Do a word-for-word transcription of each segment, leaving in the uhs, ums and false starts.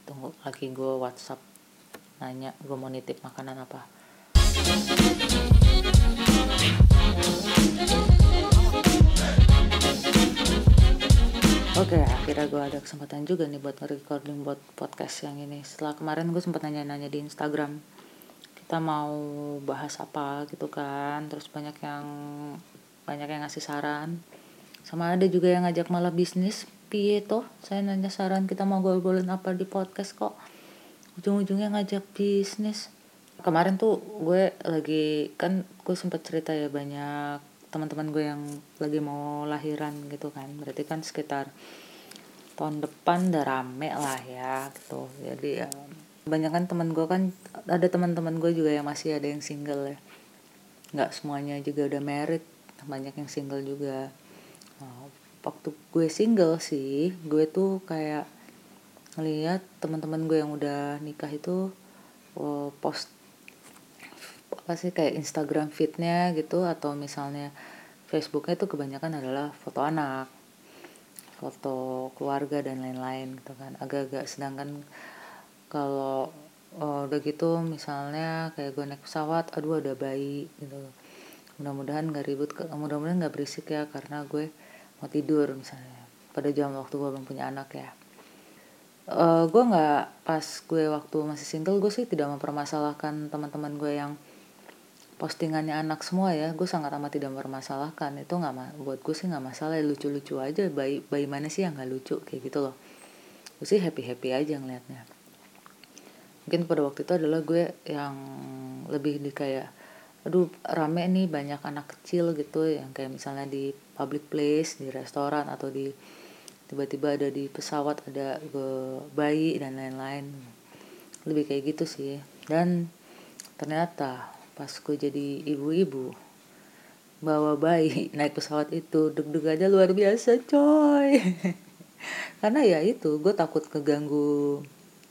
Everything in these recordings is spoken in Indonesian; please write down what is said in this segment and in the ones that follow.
Tunggu laki gue WhatsApp nanya gue mau nitip makanan apa. Oke, akhirnya gue ada kesempatan juga nih buat nge-recording buat podcast yang ini. Setelah kemarin gue sempat nanya-nanya di Instagram, kita mau bahas apa gitu kan. Terus banyak yang banyak yang ngasih saran. Sama ada juga yang ngajak malah bisnis. Piye toh? Saya nanya saran kita mau ngobrolin apa di podcast kok ujung-ujungnya ngajak bisnis. Kemarin tuh gue lagi kan gue sempat cerita ya, banyak teman-teman gue yang lagi mau lahiran gitu kan. Berarti kan sekitar tahun depan udah rame lah ya gitu. Jadi ya banyak kan teman gue kan, ada teman-teman gue juga yang masih ada yang single ya. Nggak semuanya juga udah married, banyak yang single juga. Nah, waktu gue single sih, gue tuh kayak ngeliat teman-teman gue yang udah nikah itu oh, post apa sih kayak Instagram feed-nya gitu, atau misalnya Facebooknya itu kebanyakan adalah foto anak, foto keluarga dan lain-lain gitu kan. Agak-agak sedangkan kalau oh, udah gitu misalnya kayak gue naik pesawat, aduh ada bayi gitu. Mudah-mudahan nggak ribut, mudah-mudahan nggak berisik ya karena gue mau tidur misalnya pada jam waktu gue belum punya anak ya. Uh, gue nggak, pas gue waktu masih single gue sih tidak mempermasalahkan teman-teman gue yang postingannya anak semua ya. Gue sangat amat tidak mempermasalahkan itu, nggak, buat gue sih nggak masalah, lucu-lucu aja. Bayi bayi mana sih yang nggak lucu kayak gitu loh. Gue sih happy happy aja ngeliatnya. Mungkin pada waktu itu adalah gue yang lebih di kayak aduh rame nih banyak anak kecil gitu, yang kayak misalnya di public place, di restoran, atau di tiba-tiba ada di pesawat ada bayi dan lain-lain. Lebih kayak gitu sih. Dan ternyata pas gue jadi ibu-ibu bawa bayi naik pesawat itu, deg-deg aja luar biasa coy. Karena ya itu, gue takut keganggu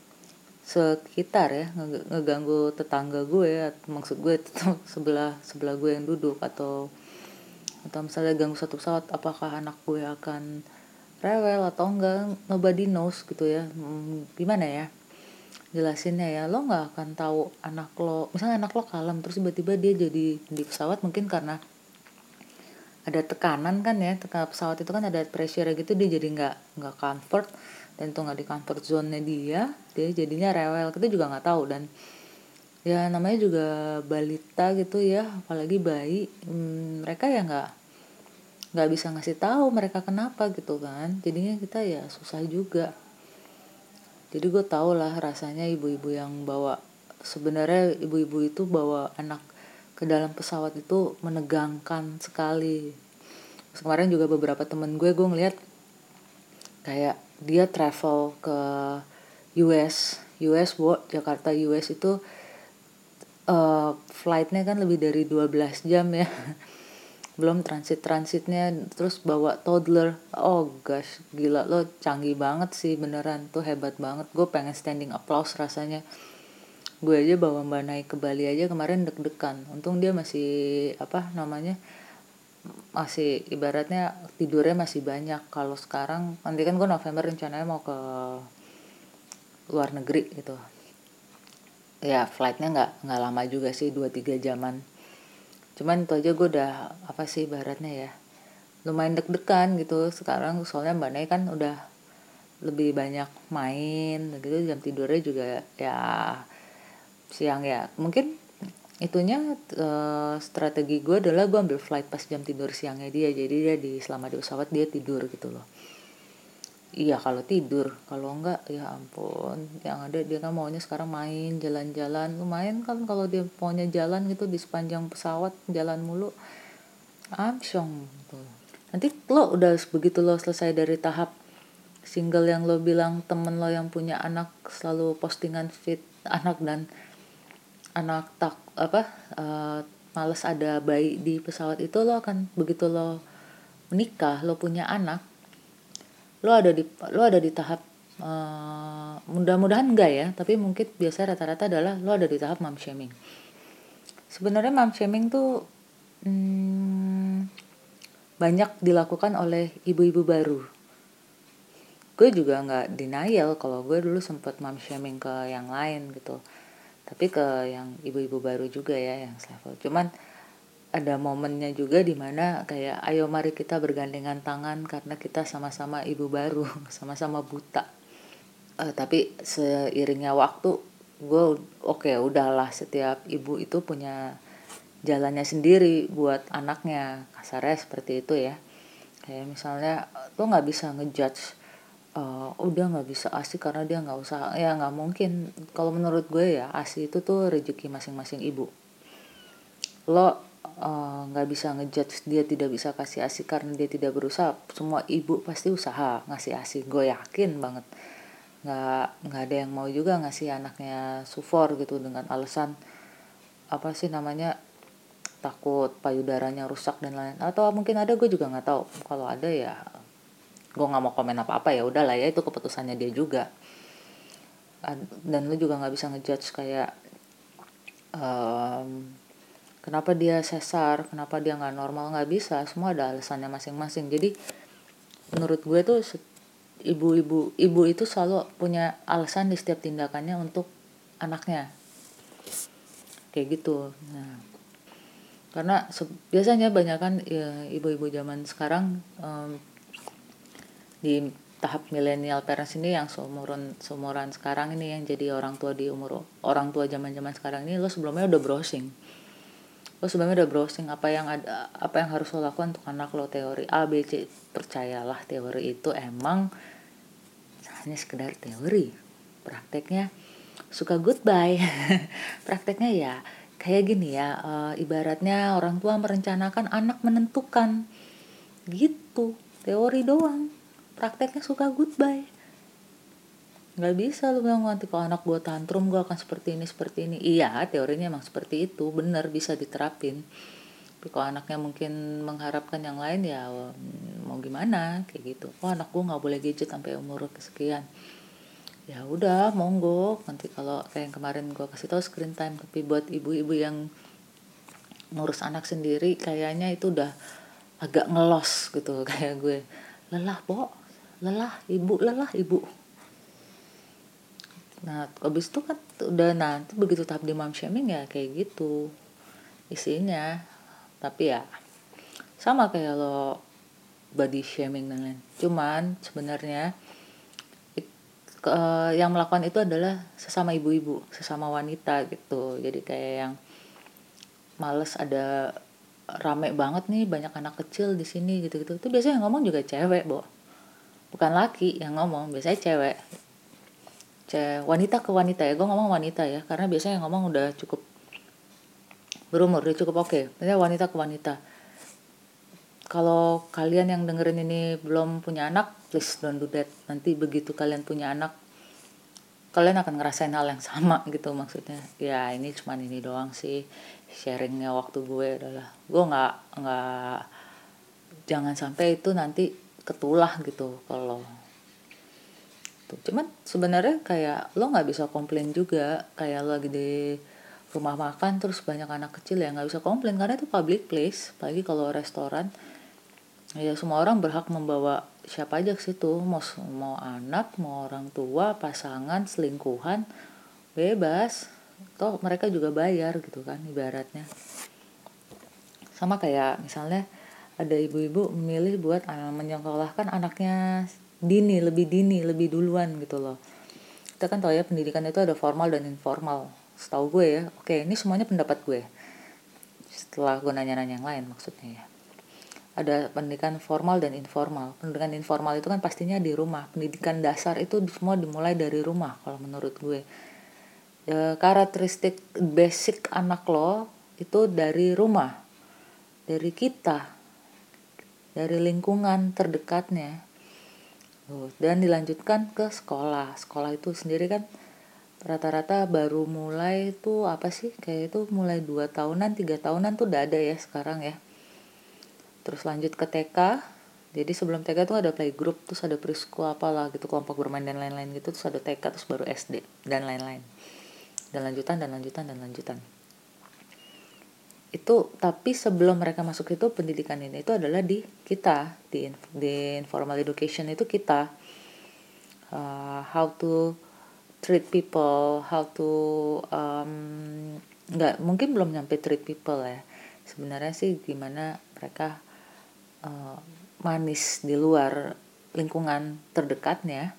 sekitar ya, ngeganggu tetangga gue, maksud gue sebelah sebelah gue yang duduk, atau atau misalnya ganggu satu pesawat, apakah anak gue akan rewel atau enggak, nobody knows gitu ya. Hmm, gimana ya jelasinnya ya, lo nggak akan tahu anak lo, misalnya anak lo kalem terus tiba-tiba dia jadi di pesawat, mungkin karena ada tekanan kan ya, tekanan pesawat itu kan ada pressure gitu, dia jadi nggak nggak comfort, dan itu nggak di comfort zone-nya dia, dia jadinya rewel, kita juga nggak tahu. Dan ya namanya juga balita gitu ya, apalagi bayi, hmm, mereka ya nggak nggak bisa ngasih tahu mereka kenapa gitu kan, jadinya kita ya susah juga. Jadi gue tau lah rasanya ibu-ibu yang bawa, sebenarnya ibu-ibu itu bawa anak ke dalam pesawat itu menegangkan sekali. Terus kemarin juga beberapa temen gue, gue ngeliat kayak dia travel ke U S, U S wo, Jakarta U S itu uh, flightnya kan lebih dari dua belas jam ya. Belum transit-transitnya, terus bawa toddler. Oh gosh, gila, lo canggih banget sih, beneran tuh hebat banget. Gue pengen standing applause rasanya. Gue aja bawa Mbak naik ke Bali aja kemarin deg-degan. Untung dia masih apa namanya, masih ibaratnya tidurnya masih banyak. Kalau sekarang nanti kan gue November rencananya mau ke luar negeri gitu. Ya flightnya nggak nggak lama juga sih, dua tiga jaman. Cuman itu aja gue udah apa sih ibaratnya ya, lumayan deg-degan gitu sekarang. Soalnya Mbak Nay kan udah lebih banyak main gitu, jam tidurnya juga ya siang ya. Mungkin itunya uh, strategi gue adalah gue ambil flight pas jam tidur siangnya dia, jadi dia di selama di pesawat dia tidur gitu loh. Iya kalau tidur, kalau enggak ya ampun, yang ada dia kan maunya sekarang main, jalan-jalan. Lumayan kan kalau dia maunya jalan gitu di sepanjang pesawat, jalan mulu, amsyong gitu. Nanti lo udah begitu lo selesai dari tahap single yang lo bilang temen lo yang punya anak selalu postingan feed anak, dan anak tak apa uh, males ada bayi di pesawat itu, lo akan begitu lo menikah, lo punya anak, lo ada di lo ada di tahap uh, mudah-mudahan enggak ya, tapi mungkin biasa rata-rata adalah lo ada di tahap mom shaming. Sebenarnya mom shaming tuh hmm, banyak dilakukan oleh ibu-ibu baru. gue juga nggak denial kalau gue dulu sempet mom shaming ke yang lain gitu, tapi ke yang ibu-ibu baru juga ya yang selevel. Cuman ada momennya juga dimana kayak ayo mari kita bergandengan tangan karena kita sama-sama ibu baru, sama-sama buta. Uh, tapi seiringnya waktu gue oke okay, udahlah, setiap ibu itu punya jalannya sendiri buat anaknya, kasarnya seperti itu ya. Kayak misalnya lo nggak bisa ngejudge uh, udah nggak bisa A S I karena dia nggak usah, ya nggak mungkin. Kalau menurut gue ya A S I itu tuh rezeki masing-masing ibu. Lo nggak uh, bisa ngejudge dia tidak bisa kasih A S I karena dia tidak berusaha. Semua ibu pasti usaha ngasih A S I, gue yakin banget. Nggak nggak ada yang mau juga ngasih anaknya sufor gitu dengan alasan apa sih namanya, takut payudaranya rusak dan lain, atau mungkin ada, gue juga nggak tahu. Kalau ada ya gue nggak mau komen apa-apa, ya udahlah ya, itu keputusannya dia juga. Dan lu juga nggak bisa ngejudge kayak um, kenapa dia sesar, kenapa dia nggak normal, nggak bisa. Semua ada alasannya masing-masing. Jadi menurut gue tuh ibu-ibu ibu itu selalu punya alasan di setiap tindakannya untuk anaknya kayak gitu. Nah, karena biasanya banyak kan ya, ibu-ibu zaman sekarang um, di tahap milenial parents ini yang seumuran seumuran sekarang ini yang jadi orang tua di umur orang tua zaman-zaman sekarang ini, lo sebelumnya udah browsing. Lo sebelumnya udah browsing apa yang ada, apa yang harus lo lakukan untuk anak lo, teori A B C. Percayalah, teori itu emang hanya sekedar teori. Prakteknya suka goodbye. Prakteknya ya kayak gini ya, e, ibaratnya orang tua merencanakan, anak menentukan gitu. Teori doang, prakteknya suka goodbye. Nggak bisa lu bilang nanti kalau anak gue tantrum gue akan seperti ini seperti ini. Iya, teorinya emang seperti itu, bener bisa diterapin. Tapi kalau anaknya mungkin mengharapkan yang lain ya mau gimana kayak gitu. Oh anak gue nggak boleh gadget sampai umur kesekian. Ya udah monggo, nanti kalau kayak yang kemarin gue kasih tahu screen time. Tapi buat ibu-ibu yang ngurus anak sendiri kayaknya itu udah agak ngelos gitu. Kayak gue lelah po, lelah ibu, lelah ibu. Nah abis itu kan udah nanti begitu tahap di mom shaming ya kayak gitu isinya. Tapi ya sama kayak lo body shaming dan lain. Cuman sebenarnya Uh, yang melakukan itu adalah sesama ibu-ibu, sesama wanita gitu. Jadi kayak yang males ada rame banget nih banyak anak kecil di sini gitu-gitu. Itu biasanya yang ngomong juga cewek, Bo. Bukan laki yang ngomong, biasanya cewek. Ce- wanita ke wanita ya, gue ngomong wanita ya, karena biasanya yang ngomong udah cukup berumur, udah cukup oke. Okay. Biasanya wanita ke wanita. Kalau kalian yang dengerin ini belum punya anak, please don't do that. Nanti begitu kalian punya anak, kalian akan ngerasain hal yang sama gitu maksudnya. Ya ini cuman ini doang sih sharingnya waktu gue adalah gue nggak nggak jangan sampai itu nanti ketulah gitu kalau tuh. Cuman sebenarnya kayak lo nggak bisa komplain juga, kayak lo lagi di rumah makan terus banyak anak kecil ya nggak bisa komplain karena itu public place. Apalagi kalau restoran ya semua orang berhak membawa siapa aja ke situ, mau mau anak, mau orang tua, pasangan, selingkuhan, bebas. Toh mereka juga bayar gitu kan ibaratnya. Sama kayak misalnya ada ibu-ibu memilih buat uh, menyekolahkan anaknya dini, lebih dini, lebih duluan gitu loh. Kita kan tahu ya pendidikan itu ada formal dan informal. Setahu gue ya, oke ini semuanya pendapat gue. Setelah gue nanya-nanya yang lain maksudnya ya. Ada pendidikan formal dan informal. Pendidikan informal itu kan pastinya di rumah. Pendidikan dasar itu semua dimulai dari rumah kalau menurut gue. E, karakteristik basic anak lo itu dari rumah, dari kita, dari lingkungan terdekatnya. Dan dilanjutkan ke sekolah. Sekolah itu sendiri kan rata-rata baru mulai tuh apa sih, kayak itu mulai dua tahunan, tiga tahunan tuh udah ada ya sekarang ya. Terus lanjut ke T K. Jadi sebelum T K tuh ada playgroup, terus ada preschool apalah gitu, kelompok bermain dan lain-lain gitu, terus ada T K, terus baru S D dan lain-lain. Dan lanjutan dan lanjutan dan lanjutan. Itu tapi sebelum mereka masuk itu pendidikan ini itu adalah di kita, di di informal education itu kita. uh, how to treat people, how to um, nggak mungkin belum nyampe treat people ya. Sebenarnya sih gimana mereka uh, manis di luar lingkungan terdekatnya.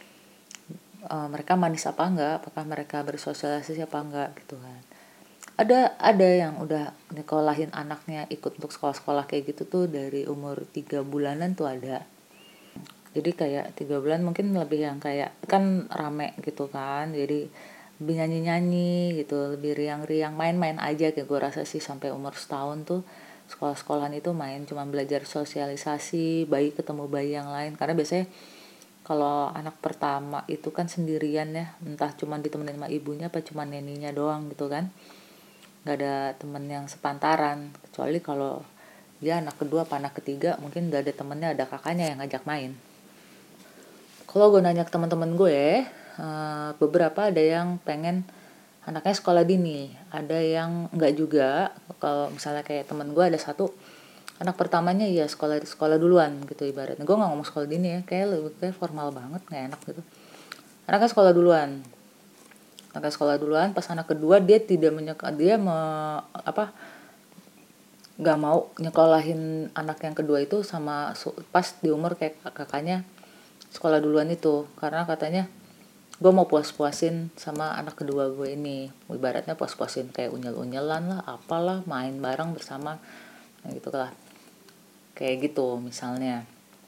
Uh, mereka manis apa enggak, apakah mereka bersosialisasi apa enggak gitu kan. Ada ada yang udah nyekolahin anaknya ikut untuk sekolah-sekolah kayak gitu tuh dari umur tiga bulanan tuh ada. Jadi kayak tiga bulan mungkin lebih yang kayak kan rame gitu kan, jadi lebih nyanyi-nyanyi gitu, lebih riang-riang, main-main aja kayak gue rasa sih sampai umur setahun tuh sekolah-sekolahan itu main, cuma belajar sosialisasi, bayi ketemu bayi yang lain. Karena biasanya kalau anak pertama itu kan sendirian ya, entah cuma ditemenin sama ibunya apa cuma neninya doang gitu kan, nggak ada temen yang sepantaran. Kecuali kalau dia anak kedua apa anak ketiga mungkin udah ada temennya, ada kakaknya yang ngajak main. Kalau gue nanya ke teman-teman gue, uh, beberapa ada yang pengen anaknya sekolah dini, ada yang enggak juga. Kalau misalnya kayak temen gue ada satu, anak pertamanya ya sekolah sekolah duluan gitu ibaratnya. Gue nggak ngomong sekolah dini ya, kayak lebih kayak formal banget, nggak enak gitu. Anaknya sekolah duluan, anaknya sekolah duluan. Pas anak kedua dia tidak menyeka, dia me, apa nggak mau nyekolahin anak yang kedua itu sama pas di umur kayak kakaknya sekolah duluan itu, karena katanya gue mau puas-puasin sama anak kedua gue ini, ibaratnya puas-puasin kayak unyel-unyelan lah, apalah, main bareng bersama, nah gitu lah, kayak gitu misalnya.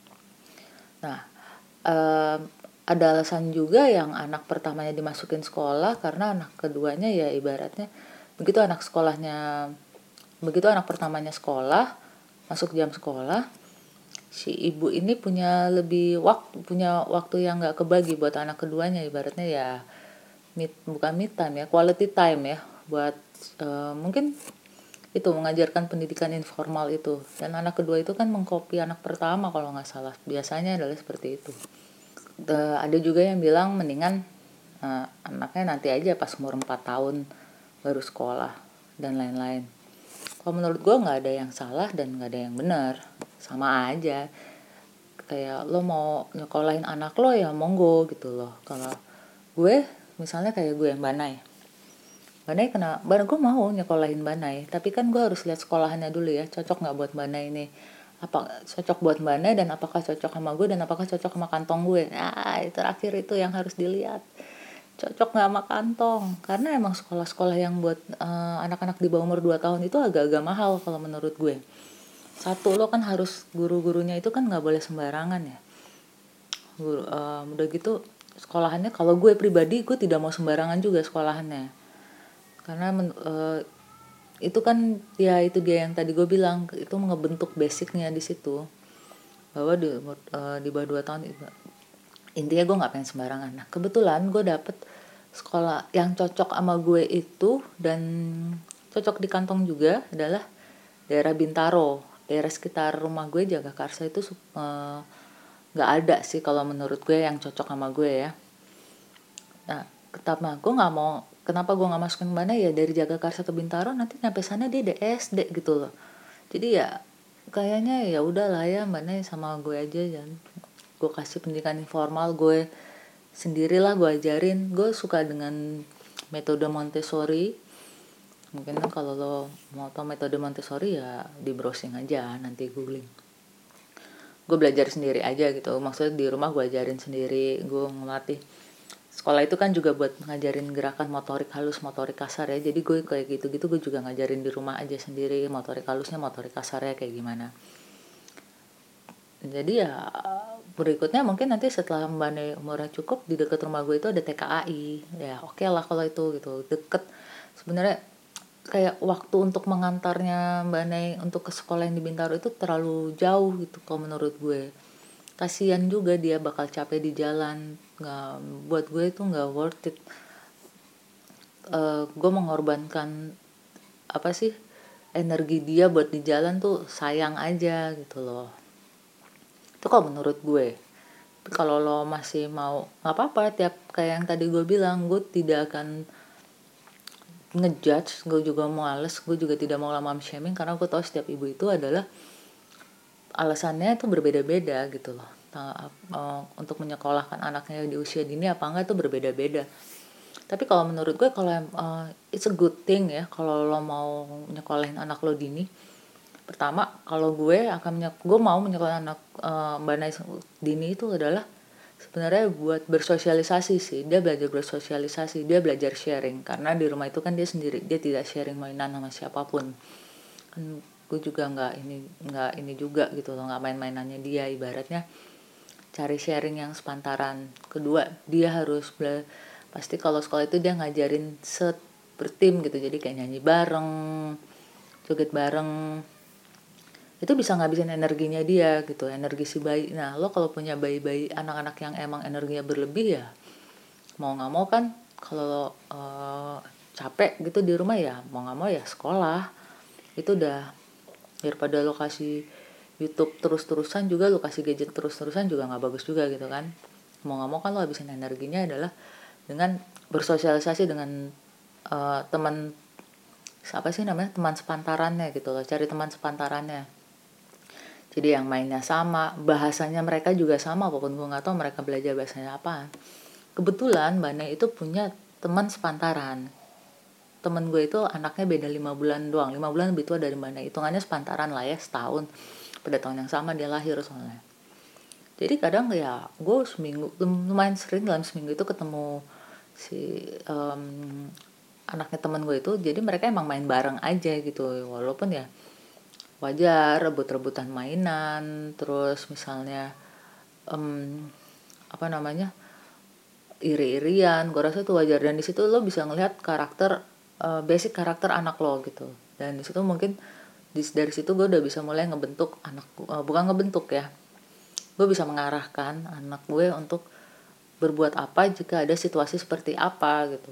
Nah um, ada alasan juga yang anak pertamanya dimasukin sekolah karena anak keduanya ya ibaratnya begitu anak sekolahnya begitu anak pertamanya sekolah, masuk jam sekolah, si ibu ini punya lebih waktu punya waktu yang nggak kebagi buat anak keduanya, ibaratnya ya mid, bukan mid time ya, quality time ya, buat uh, mungkin itu mengajarkan pendidikan informal itu. Dan anak kedua itu kan mengcopy anak pertama kalau nggak salah, biasanya adalah seperti itu. Uh, ada juga yang bilang mendingan uh, anaknya nanti aja pas umur empat tahun baru sekolah dan lain-lain. Kalau menurut gue nggak ada yang salah dan nggak ada yang benar, sama aja. Kayak lo mau nyekolahin anak lo ya monggo gitu loh. Kalau gue misalnya kayak gue yang Banai, Banai kena, Banai gue mau nyekolahin Banai, tapi kan gue harus lihat sekolahannya dulu ya, cocok nggak buat Banai ini, apa cocok buat Banai dan apakah cocok sama gue dan apakah cocok sama kantong gue. Nah terakhir itu yang harus dilihat, cocok nggak sama kantong. Karena emang sekolah-sekolah yang buat uh, anak-anak di bawah umur dua tahun itu agak-agak mahal kalau menurut gue. Satu, lo kan harus guru-gurunya itu kan nggak boleh sembarangan ya. Guru, uh, udah gitu sekolahannya, kalau gue pribadi gue tidak mau sembarangan juga sekolahannya. Karena men, uh, itu kan ya itu dia yang tadi gue bilang, itu ngebentuk basicnya di situ. Bahwa di, uh, di bawah dua tahun itu intinya gue nggak pengen sembarangan. Nah kebetulan gue dapet sekolah yang cocok sama gue itu dan cocok di kantong juga adalah daerah Bintaro. Daerah sekitar rumah gue Jagakarsa itu nggak uh, ada sih kalau menurut gue yang cocok sama gue ya. Nah ketama gue nggak mau, kenapa gue nggak masukin mana ya, dari Jagakarsa ke Bintaro nanti nyampe sana dia D S D gitu loh. Jadi ya kayaknya ya udahlah ya mana sama gue aja, dan gue kasih pendidikan informal gue sendirilah, gue ajarin. Gue suka dengan metode Montessori. Mungkin kan kalau lo mau tau metode Montessori ya di browsing aja, nanti googling. Gue belajar sendiri aja gitu, maksudnya di rumah gue ajarin sendiri, gue ngelatih. Sekolah itu kan juga buat ngajarin gerakan motorik halus, motorik kasar ya. Jadi gue kayak gitu-gitu gue juga ngajarin di rumah aja sendiri, motorik halusnya, motorik kasarnya kayak gimana. Jadi ya berikutnya mungkin nanti setelah Mbak Ne umurnya cukup, di dekat rumah gue itu ada T K A I. Ya oke okay lah kalau itu gitu, deket. Sebenarnya kayak waktu untuk mengantarnya Mbak Ne untuk ke sekolah yang di Bintaro itu terlalu jauh gitu kalau menurut gue. Kasian juga dia bakal capek di jalan. Nggak, buat gue itu nggak worth it. Uh, gue mengorbankan apa sih energi dia buat di jalan tuh sayang aja gitu loh. Itu kalau menurut gue. Tapi kalau lo masih mau nggak apa-apa, tiap kayak yang tadi gue bilang, gue tidak akan ngejudge, gue juga males, gue juga tidak mau lama shaming, karena gue tahu setiap ibu itu adalah alasannya itu berbeda-beda gitu loh. apa uh, untuk menyekolahkan anaknya di usia dini apa enggak itu berbeda-beda. Tapi kalau menurut gue kalau uh, it's a good thing ya kalau lo mau nyekolahin anak lo dini. Pertama kalau gue akan menyek- gue mau menyekolahin anak uh, Mbak Nai dini itu adalah sebenarnya buat bersosialisasi sih. Dia belajar bersosialisasi, dia belajar sharing karena di rumah itu kan dia sendiri, dia tidak sharing mainan sama siapapun. Kan gue juga nggak ini nggak ini juga gitu loh, nggak main-mainannya dia, ibaratnya cari sharing yang sepantaran. Kedua dia harus bela- pasti kalau sekolah itu dia ngajarin set bertim gitu, jadi kayak nyanyi bareng, joget bareng, itu bisa ngabisin energinya dia gitu, energi si bayi. Nah lo kalau punya bayi-bayi anak-anak yang emang energinya berlebih ya mau nggak mau kan kalau uh, capek gitu di rumah ya mau nggak mau ya sekolah. Itu udah daripada lo kasih YouTube terus-terusan juga, lo kasih gadget terus-terusan juga nggak bagus juga gitu kan. Mau nggak mau kan lo habisin energinya adalah dengan bersosialisasi dengan uh, teman apa sih namanya teman sepantarannya gitu loh, cari teman sepantarannya. Jadi yang mainnya sama, bahasanya mereka juga sama, walaupun gue nggak tahu mereka belajar bahasanya apa. Kebetulan Mbak Nai itu punya teman sepantaran. Temen gue itu anaknya beda lima bulan doang, lima bulan lebih tua dari Mbak Nai, hitungannya sepantaran lah ya, setahun. Pada tahun yang sama dia lahir soalnya. Jadi kadang ya gue seminggu, lumayan sering dalam seminggu itu ketemu si um, anaknya temen gue itu. Jadi mereka emang main bareng aja gitu, walaupun ya wajar rebut-rebutan mainan, terus misalnya um, apa namanya iri-irian, gue rasa itu wajar. Dan di situ lo bisa ngelihat karakter uh, basic karakter anak lo gitu. Dan di situ mungkin di, dari situ gue udah bisa mulai ngebentuk anak uh, bukan ngebentuk ya, gue bisa mengarahkan anak gue untuk berbuat apa jika ada situasi seperti apa gitu.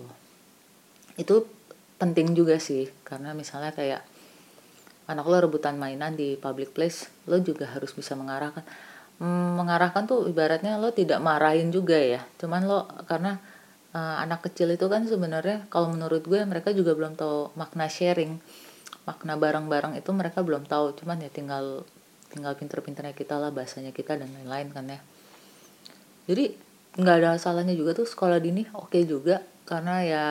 Itu penting juga sih, karena misalnya kayak anak lo rebutan mainan di public place, lo juga harus bisa mengarahkan. Hmm, mengarahkan tuh ibaratnya lo tidak marahin juga ya, cuman lo karena uh, anak kecil itu kan sebenarnya kalau menurut gue mereka juga belum tahu makna sharing, makna bareng-bareng itu mereka belum tahu, cuman ya tinggal tinggal pinter-pinternya kita lah, bahasanya kita dan lain-lain kan ya. Jadi nggak ada salahnya juga tuh sekolah dini, oke okay juga, karena ya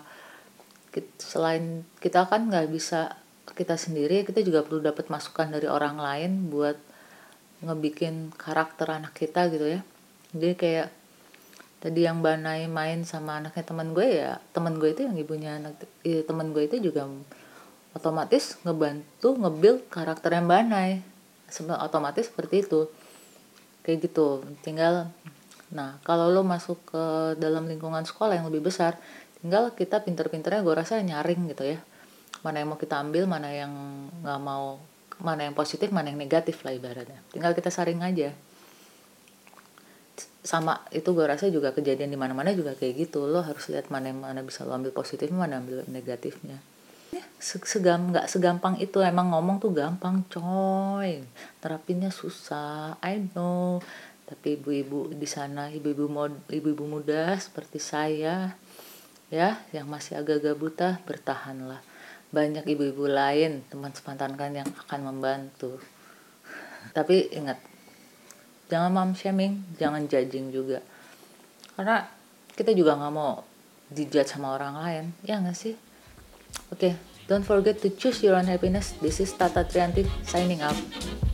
selain kita kan nggak bisa kita sendiri, kita juga perlu dapat masukan dari orang lain buat ngebikin karakter anak kita gitu ya. Jadi kayak tadi yang Mbak Nai main sama anaknya teman gue, ya teman gue itu yang ibunya anak ya, teman gue itu juga otomatis ngebantu nge-build karakternya Mbak Nai, otomatis seperti itu kayak gitu. Tinggal nah kalau lo masuk ke dalam lingkungan sekolah yang lebih besar, tinggal kita pinter-pinternya gue rasa nyaring gitu ya, mana yang mau kita ambil, mana yang nggak mau, mana yang positif, mana yang negatif lah ibaratnya. Tinggal kita saring aja. Sama itu gue rasa juga kejadian di mana-mana juga kayak gitu. Lo harus lihat mana yang mana bisa lo ambil positifnya, mana ambil negatifnya. Segam nggak segampang itu, emang ngomong tuh gampang coy, terapinnya susah, I know. Tapi ibu-ibu di sana, ibu-ibu mod, ibu-ibu muda seperti saya ya yang masih agak-agak buta, bertahanlah. Banyak ibu-ibu lain teman sepantaran kan yang akan membantu. Tapi ingat, jangan mom shaming, jangan judging juga, karena kita juga nggak mau dijudge sama orang lain, ya nggak sih? Oke, okay, don't forget to choose your own happiness. This is Tata Trianti signing out.